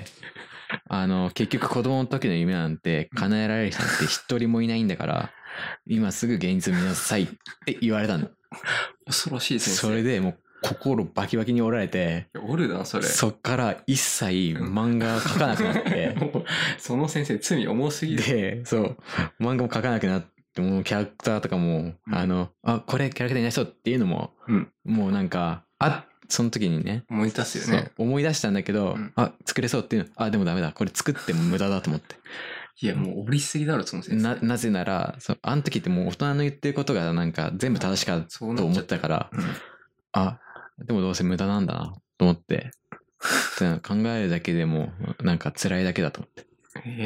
結局子供の時の夢なんて叶えられる人なんて一人もいないんだから、今すぐ現実を見なさいって言われたの。 恐ろしい先生。 それでもう心バキバキに折られて、 折るなそれ。 そっから一切漫画描かなくなってその先生罪重すぎる。 で、そう漫画も描かなくなって、もうキャラクターとかも、これキャラクターになりそうっていうのも、もうなんかその時にね思い出すよね。 思い出したんだけど、作れそうっていうの、でもダメだ、これ作っても無駄だと思って。 いやもう折りすぎだろその先生。 なぜならあの時ってもう大人の言ってることがなんか全部正しかったと思ったから、でもどうせ無駄なんだなと思って考えるだけでもなんか辛いだけだと思って、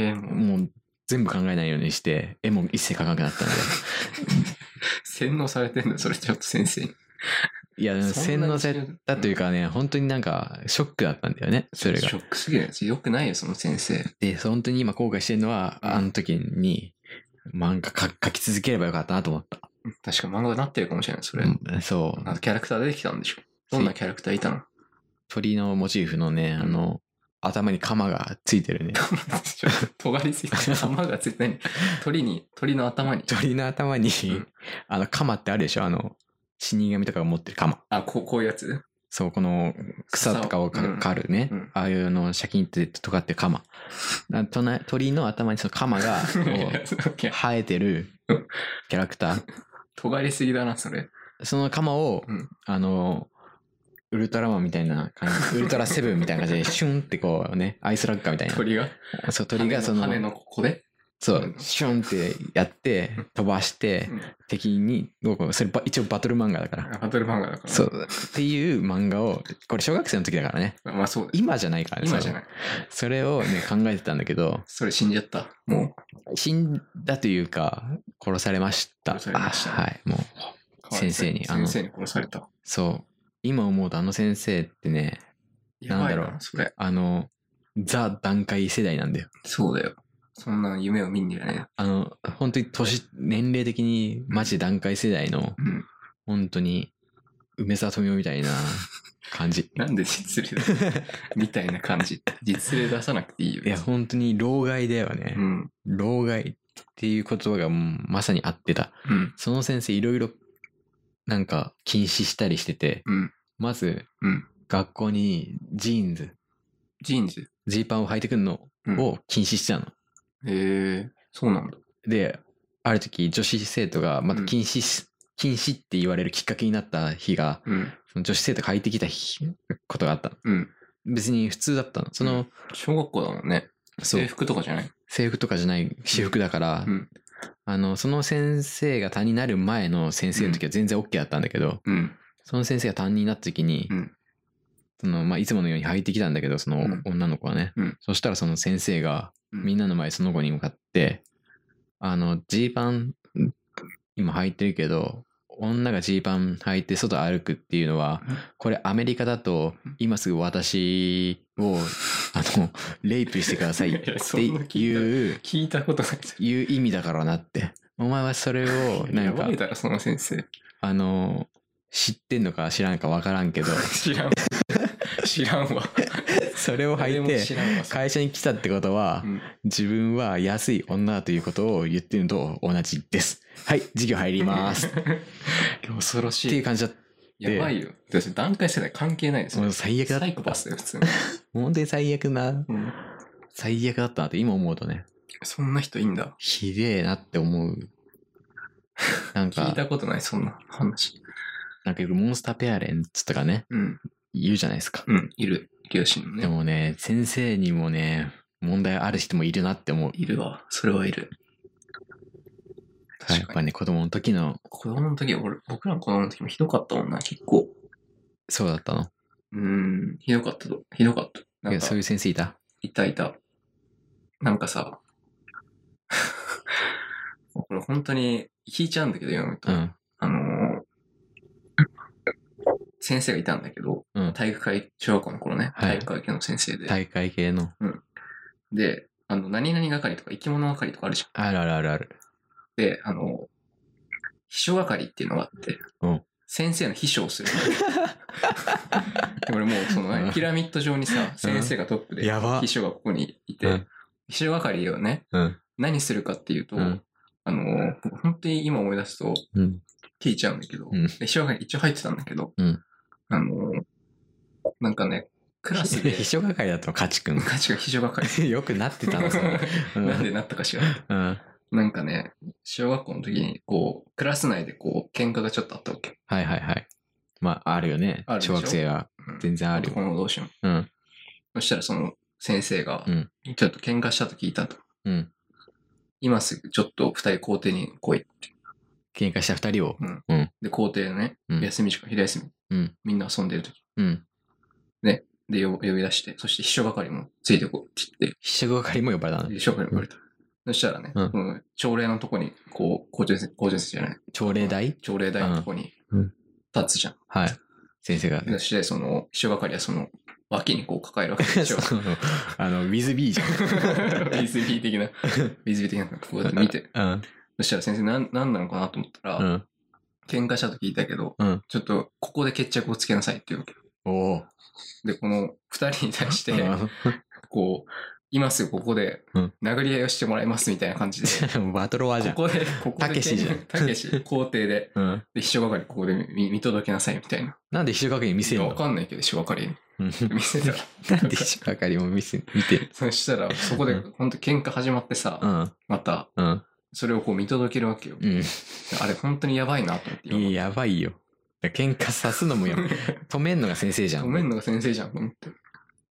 もう全部考えないようにして絵も一切描かなくなったんで洗脳されてんだそれちょっと先生に。 いや洗脳されたというかね、本当になんかショックだったんだよね、それが。 ショックすぎる。よくないよその先生で。本当に今後悔してるのは、あの時に漫画描き続ければよかったなと思った。 確か漫画になってるかもしれないそれ。 そう。 キャラクター出てきたんでしょ。どんなキャラクターいたの？ 鳥のモチーフのね、頭に鎌がついてるね。 尖りすぎて鎌がついてない。鳥の頭に。 鳥の頭に、鎌ってあるでしょ、死神とかが持ってる鎌。 こういうやつ？ そう、この草とかを刈るね。ああいうシャキンって尖ってる鎌。鳥の頭にその鎌が生えてるキャラクター。 尖りすぎだな、それ。 その鎌を、ウルトラマンみたいな感じ、ウルトラセブンみたいな感じで、シュンってこうね、アイスラッガーみたいな。 鳥がそう、鳥がその、 羽のここでそう、シュンってやって、飛ばして、敵に、それ一応バトル漫画だから。 バトル漫画だから。 そう。っていう漫画を、これ小学生の時だからね。 まあそう今じゃないからね。 今じゃない。 それをね、考えてたんだけど。 それ死んじゃった。もう。死んだというか、殺されました。 殺されました。 はい。もう、先生に。 先生に殺された。 そう。今思うと先生ってね、 なんだろう。それ。 ザ段階世代なんだよ。 そうだよ。そんな夢を見んだよね。 本当に年齢的にマジ段階世代の、本当に、梅沢富美男みたいな感じ。 なんで実例みたいな感じ。実例出さなくていいよ。 いや、本当に老害だよね。老害っていう言葉がまさに合ってた。その先生いろいろなんか禁止したりしてて、まず、学校にジーンズ、ジーパンを履いてくるのを禁止してたの。 へえ、そうなんだ。 で、ある時女子生徒がまた禁止って言われるきっかけになった日が、その女子生徒が履いてきたことがあったの。別に普通だったの。 小学校だもんね。制服とかじゃない？ 制服とかじゃない私服だから、その先生が担任になる前の先生の時は全然 OK だったんだけど、その先生が担任になった時に、いつものように履いてきたんだけど、その女の子はね。そしたらその先生が、みんなの前その子に向かって、ジーパン、今履いてるけど、女がジーパン履いて外歩くっていうのは、これアメリカだと、今すぐ私を、レイプしてくださいっていう、 聞いたことない。 いう意味だからなって。お前はそれを、 なんか、やばいだろ、その先生。 知ってんのか知らんか分からんけど。 知らんわ。 それを履いて会社に来たってことは、自分は安い女だということを言ってるのと同じです。はい、授業入ります。 恐ろしい。 っていう感じだって。 やばいよ。段階世代関係ないですよ。 もう最悪だった。 サイコパスだよ、普通に。 本当に最悪な。最悪だったなって今思うとね。 そんな人いいんだ。 ひでえなって思う。なんか。 聞いたことない、そんな話。 なんかよくモンスターペアレンツとかね。言うじゃないですか。 いる。両親のね。 でもね、先生にもね、問題ある人もいるなって思う。 いるわ。それはいる。 やっぱね、子供の時は、 僕らの子供の時もひどかったもんな、結構。 そうだったの？ ひどかった。 なんかそういう先生いた？ いた。なんかさ、これ本当に聞いちゃうんだけど、読むと。先生がいたんだけど、体育会、小学校の頃ね、体育会系の先生で。 体育会系の。 で、何々係とか生き物係とかあるじゃん。 ある。 で、秘書係っていうのがあって、先生の秘書をする。これもうピラミッド上にさ、先生がトップで、秘書がここにいて、秘書係をね、何するかっていうと、本当に今思い出すと、聞いちゃうんだけど、秘書係一応入ってたんだけど、なんかね、クラスで。 秘書係だとカチ君。 カチが秘書係。 よくなってたのさ。 なんでなったかしら。なんかね、小学校の時に、クラス内で喧嘩がちょっとあったわけ。 はい。まあ、あるよね。小学生は。全然あるよ。 男の同士の。そしたらその先生が、ちょっと喧嘩したと聞いたと。今すぐちょっと二人校庭に来いって。 喧嘩した二人を。 で、校庭のね、休み時間、昼休み。みんな遊んでる時。ね。で、呼び出して、そして秘書係もついてこうって言って。 秘書係も呼ばれたの？ 秘書係も呼ばれた。そしたらね、朝礼のとこに、校長先生じゃない。 朝礼台のとこに、立つじゃん。 はい。先生が。 そして、秘書係は脇に抱えるわけでしょ。 ウィズビーじゃん。 ウィズビー的な、こうやって見て。そしたら先生何なのかなと思ったら、喧嘩したと聞いたけど、ちょっとここで決着をつけなさいって言うわけ。で、この二人に対して、今すぐここで殴り合いをしてもらいますみたいな感じで。 バトロワじゃん。 ここで、 たけしじゃん。 たけし、校庭で。で、秘書係ここで見届けなさいみたいな。 なんで秘書係に見せるの？ わかんないけど、秘書係に。見せたら。なんで秘書係も見てる？ そしたら、そこで本当喧嘩始まってさ、また、それを見届けるわけよ。あれ本当にやばいなと思って。 やばいよ。喧嘩さすのも止めんのが先生じゃん。 止めんのが先生じゃんと思って。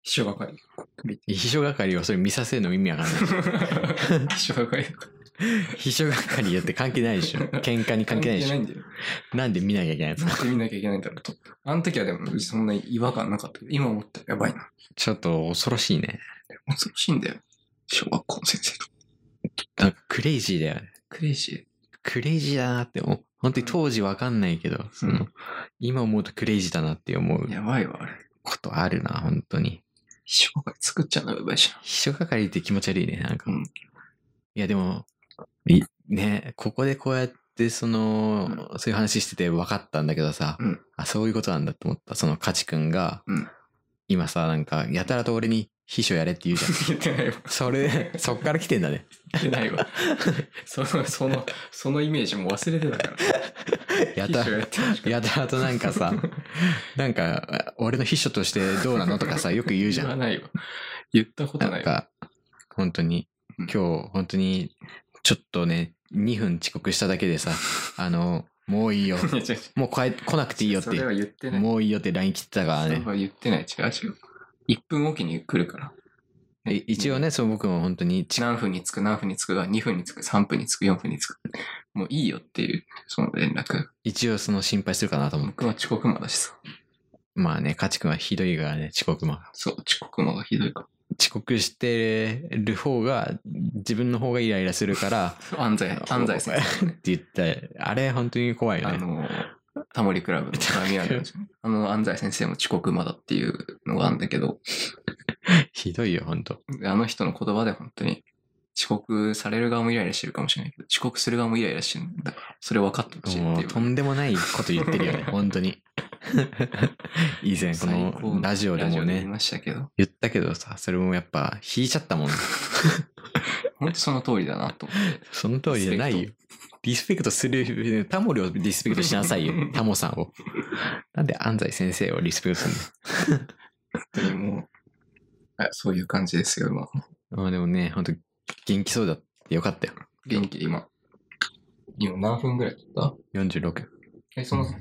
秘書係。 秘書係をそれ見させるの意味わかんない。 秘書係。 秘書係って関係ないでしょ。喧嘩に関係ないでしょ。 関係ないんだよ。 なんで見なきゃいけないやつ。 なんで見なきゃいけないんだろうと。あの時はでもそんな違和感なかったけど、今思ったらやばいな。 ちょっと恐ろしいね。 恐ろしいんだよ。小学校の先生と。 なんかクレイジーだよね。 クレイジー。 クレイジーだなって思う。本当に当時わかんないけど、今思うとクレイジーだなって思う。 やばいわ、あれ。 ことあるな、本当に。 秘書係作っちゃうのやばいしな。 秘書係って気持ち悪いね、なんか。いや、でも、ね、ここでこうやってそういう話してて分かったんだけどさ、あ、そういうことなんだと思った。そのカチ君が、今さ、なんか、やたらと俺に秘書やれって言うじゃん。 言ってないわ。 そっから来てんだね。 言ってないわ。そのイメージも忘れてたから。 やたらとなんかさ、なんか、俺の秘書としてどうなのとかさ、よく言うじゃん。 言わないわ。言ったことないわ。 なんか、本当に、今日、本当に、ちょっとね、2分遅刻しただけでさ、もういいよ。もう来なくていいよって。それは言ってない。 もういいよって LINE 来てたからね。 それは言ってない。違う。1分おきに来るから。 一応ね、僕も本当に。 何分に着くが、2分に着く、3分に着く、4分に着く。もういいよっていう、その連絡。 一応心配するかなと思って。 僕は遅刻魔だしさ。 まあね、カチ君はひどいからね、遅刻魔。 そう、遅刻魔がひどいから。 遅刻してる方が、自分の方がイライラするから。 安西先生。って言ったら、あれ本当に怖いよね。 タモリクラブの波なんですよ。安西先生も遅刻魔だっていうのがあるんだけど。 ひどいよ、本当。 あの人の言葉で本当に、遅刻される側もイライラしてるかもしれないけど、遅刻する側もイライラしてるんだから、それ分かってほしいっていう。 とんでもないこと言ってるよね、本当に。以前このラジオでもね、言ったけどさ、それもやっぱ引いちゃったもん。 本当その通りだなと思って。 その通りじゃないよ。リスペクトする、タモリをリスペクトしなさいよ、タモさんを。なんで安西先生をリスペクトするの？ 本当にもう、そういう感じですよ、今。 まあでもね、本当元気そうだってよかったよ。 元気、今何分ぐらい経った？ 46。 そんな経った？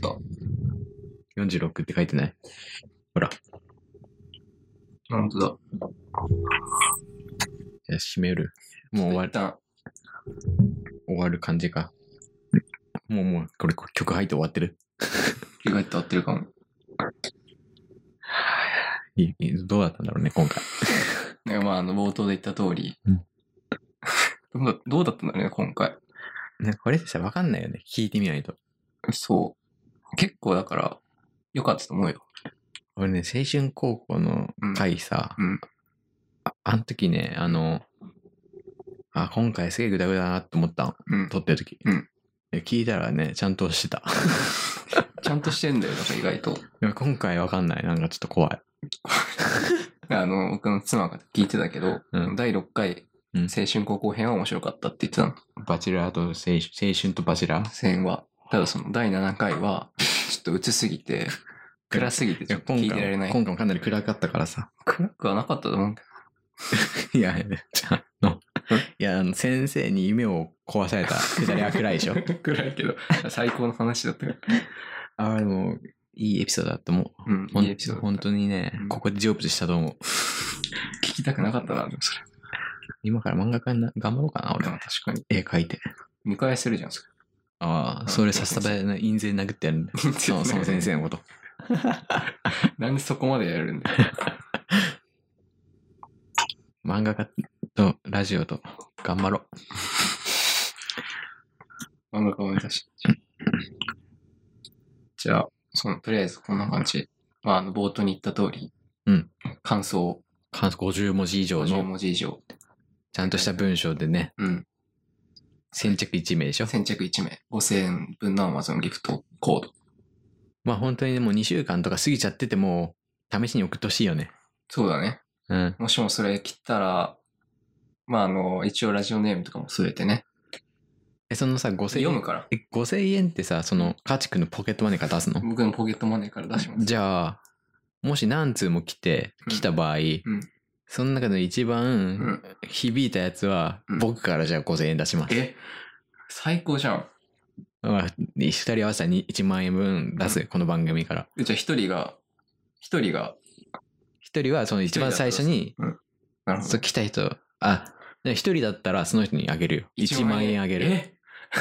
46って書いてない？ほら。 本当だ。 じゃあ閉める。もう終わる感じか。もう、これ曲入って終わってる。 曲入って終わってるかも。 どうだったんだろうね、今回。 まあ、冒頭で言った通り。どうだったんだろうね、今回。 これさ、わかんないよね。聞いてみないと。 そう。結構だから、良かったと思うよ。 俺ね、青春高校の回さ、あの時ね、今回すげえグダグダだなって思ったの。撮ってる時。聞いたらね、ちゃんとしてた。 ちゃんとしてんだよ、だから意外と。いや、今回わかんない。なんかちょっと怖い。 僕の妻が聞いてたけど、第6回、青春高校編は面白かったって言ってたの。 バチェラーと青春とバチェラー戦は。ただその第7回は、ちょっと鬱すぎて、暗すぎてちょっと聞いてられない。 今回もかなり暗かったからさ。 暗くはなかったと思うけど。いや、先生に夢を壊されたくだりは暗いでしょ。 暗いけど、最高の話だったよ。 でも、いいエピソードだと思う。いいエピソード。本当にね、ここで成仏したと思う。 聞きたくなかったな、でもそれ。 今から漫画家に頑張ろうかな、俺は。 確かに。 絵描いて。 見返せるじゃん、それ。 それさすがで印税殴ってやるんだよ。その先生のこと。 なんでそこまでやるんだよ。 漫画家とラジオと頑張ろう。漫画家を目指し。じゃあ、とりあえずこんな感じ。冒頭に言った通り。感想 50文字以上の。 50文字以上。 ちゃんとした文章でね。先着1名でしょ？ 先着1名。5000円分の Amazon ギフトコード。 まあ本当にもう2週間とか過ぎちゃってても、試しに送ってほしいよね。 そうだね。もしもそれ切ったら、一応ラジオネームとかも添えてね。 そのさ、5000円。 読むから。 5000円ってさ、カチ君のポケットマネーから出すの？ 僕のポケットマネーから出します。 じゃあ、もし何通も来た場合、その中で一番響いたやつは、僕からじゃあ5000円出します。 最高じゃん。 2人合わせたら1万円分出す、この番組から。 じゃあ1人が一人はその一番最初に、そう来た人、一人だったらその人にあげるよ。1万円あげる。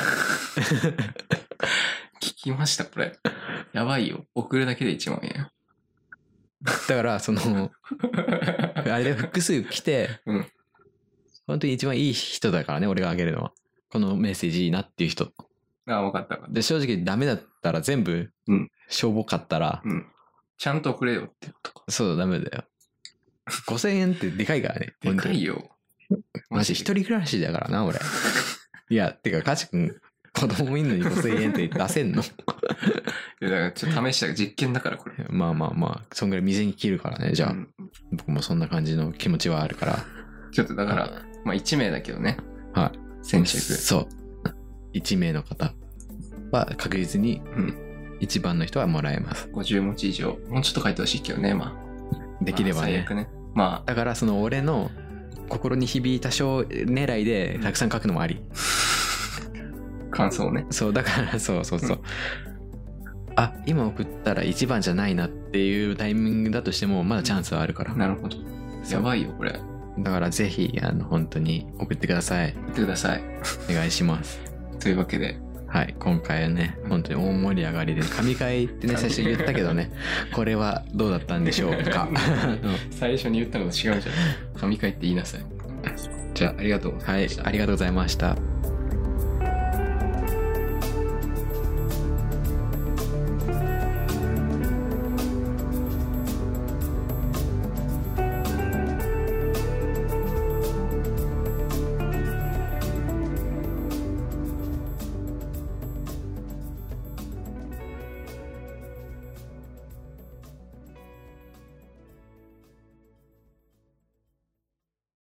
聞きました、これ。やばいよ。送るだけで1万円。 だからあれで複数来て、本当に一番いい人だからね、俺があげるのは。このメッセージいいなっていう人。 分かった。 で、正直ダメだったら全部、しょぼかったら、 ちゃんと送れよってことか。 そう、ダメだよ。5000円ってでかいからね。 でかいよ。 マジ一人暮らしだからな、俺。いや、てか、カジ君、子供いんのに5000円って出せんの？ いや、だからちょっと試した実験だから、これ。 まあ、そんぐらい水に切るからね、じゃあ。僕もそんな感じの気持ちはあるから。 ちょっとだから、1名だけどね。 はい。 先着。 そう。1名の方は確実に、一番の人はもらえます。 50文字以上。もうちょっと書いてほしいけどね、 できればね。 最悪ね。 だからその俺の心に響いた賞狙いでたくさん書くのもあり。 感想ね。 そう、だからそう。今送ったら一番じゃないなっていうタイミングだとしてもまだチャンスはあるから。 なるほど。やばいよ、これ。 だからぜひ、本当に送ってください。 送ってください。 お願いします。 というわけで。 はい、今回はね、本当に大盛り上がりで、神回ってね、最初言ったけどね、これはどうだったんでしょうか。 最初に言ったのと違うじゃん。神回って言いなさい。じゃあ、ありがとうございました。 はい、ありがとうございました。